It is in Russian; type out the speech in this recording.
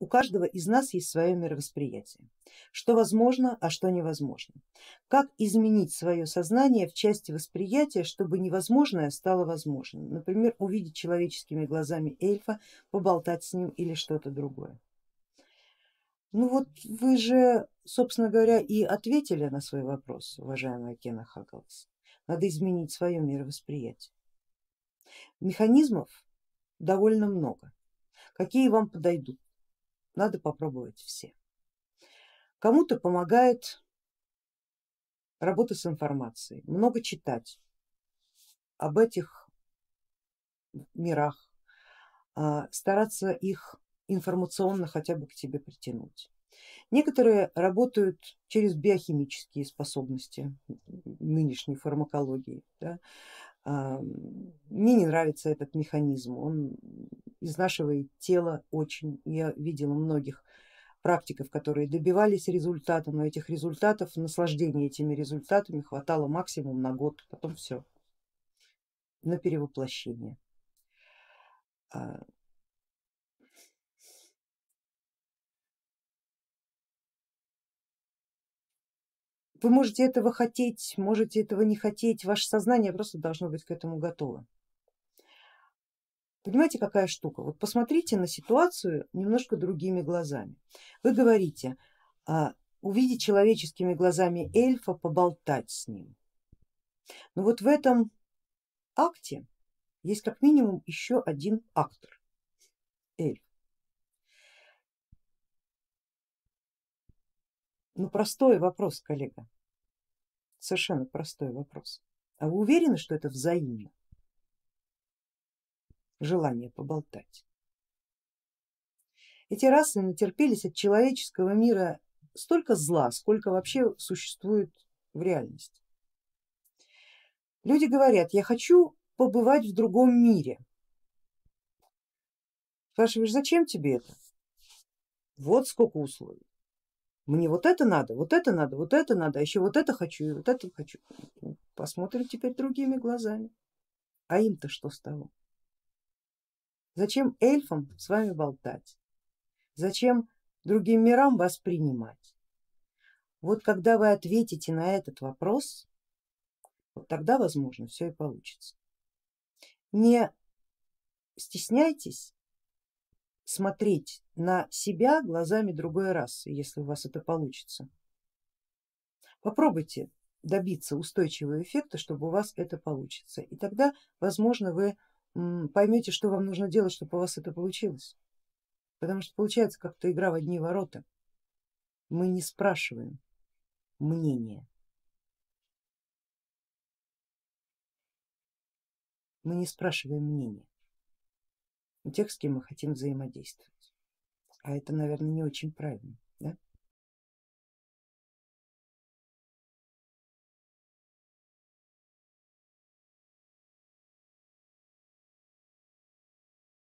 у каждого из нас есть свое мировосприятие, что возможно, а что невозможно. Как изменить свое сознание в части восприятия, чтобы невозможное стало возможным? Например, увидеть человеческими глазами эльфа, поболтать с ним или что-то другое. Ну вот вы же, собственно говоря, и ответили на свой вопрос, уважаемая Кена Хагалас. Надо изменить свое мировосприятие. Механизмов довольно много. Какие вам подойдут? Надо попробовать все. Кому-то помогает работа с информацией, много читать об этих мирах, стараться их информационно хотя бы к тебе притянуть. Некоторые работают через биохимические способности нынешней фармакологии. Да. Мне не нравится этот механизм, он изнашивает тело очень. Я видела многих практиков, которые добивались результата, но этих результатов, наслаждения этими результатами хватало максимум на год, потом все, на перевоплощение. Вы можете этого хотеть, можете этого не хотеть, ваше сознание просто должно быть к этому готово. Понимаете, какая штука? Вот посмотрите на ситуацию немножко другими глазами. Вы говорите, увидеть человеческими глазами эльфа, поболтать с ним. Но вот в этом акте есть как минимум еще один актор, эльф. Ну простой вопрос, коллега, совершенно простой вопрос. А вы уверены, что это взаимно? Желание поболтать. Эти расы натерпелись от человеческого мира столько зла, сколько вообще существует в реальности. Люди говорят, я хочу побывать в другом мире. Спрашиваешь, зачем тебе это? Вот сколько условий. Мне вот это надо, вот это надо, вот это надо, а еще вот это хочу и вот это хочу. Посмотрим теперь другими глазами. А им-то что с того? Зачем эльфам с вами болтать? Зачем другим мирам вас принимать? Вот когда вы ответите на этот вопрос, вот тогда, возможно, все и получится. Не стесняйтесь смотреть на себя глазами другой расы, если у вас это получится. Попробуйте добиться устойчивого эффекта, чтобы у вас это получится. И тогда, возможно, вы поймете, что вам нужно делать, чтобы у вас это получилось. Потому что получается как-то игра в одни ворота. Мы не спрашиваем мнения. Мы не спрашиваем мнения у тех, с кем мы хотим взаимодействовать. А это, наверное, не очень правильно.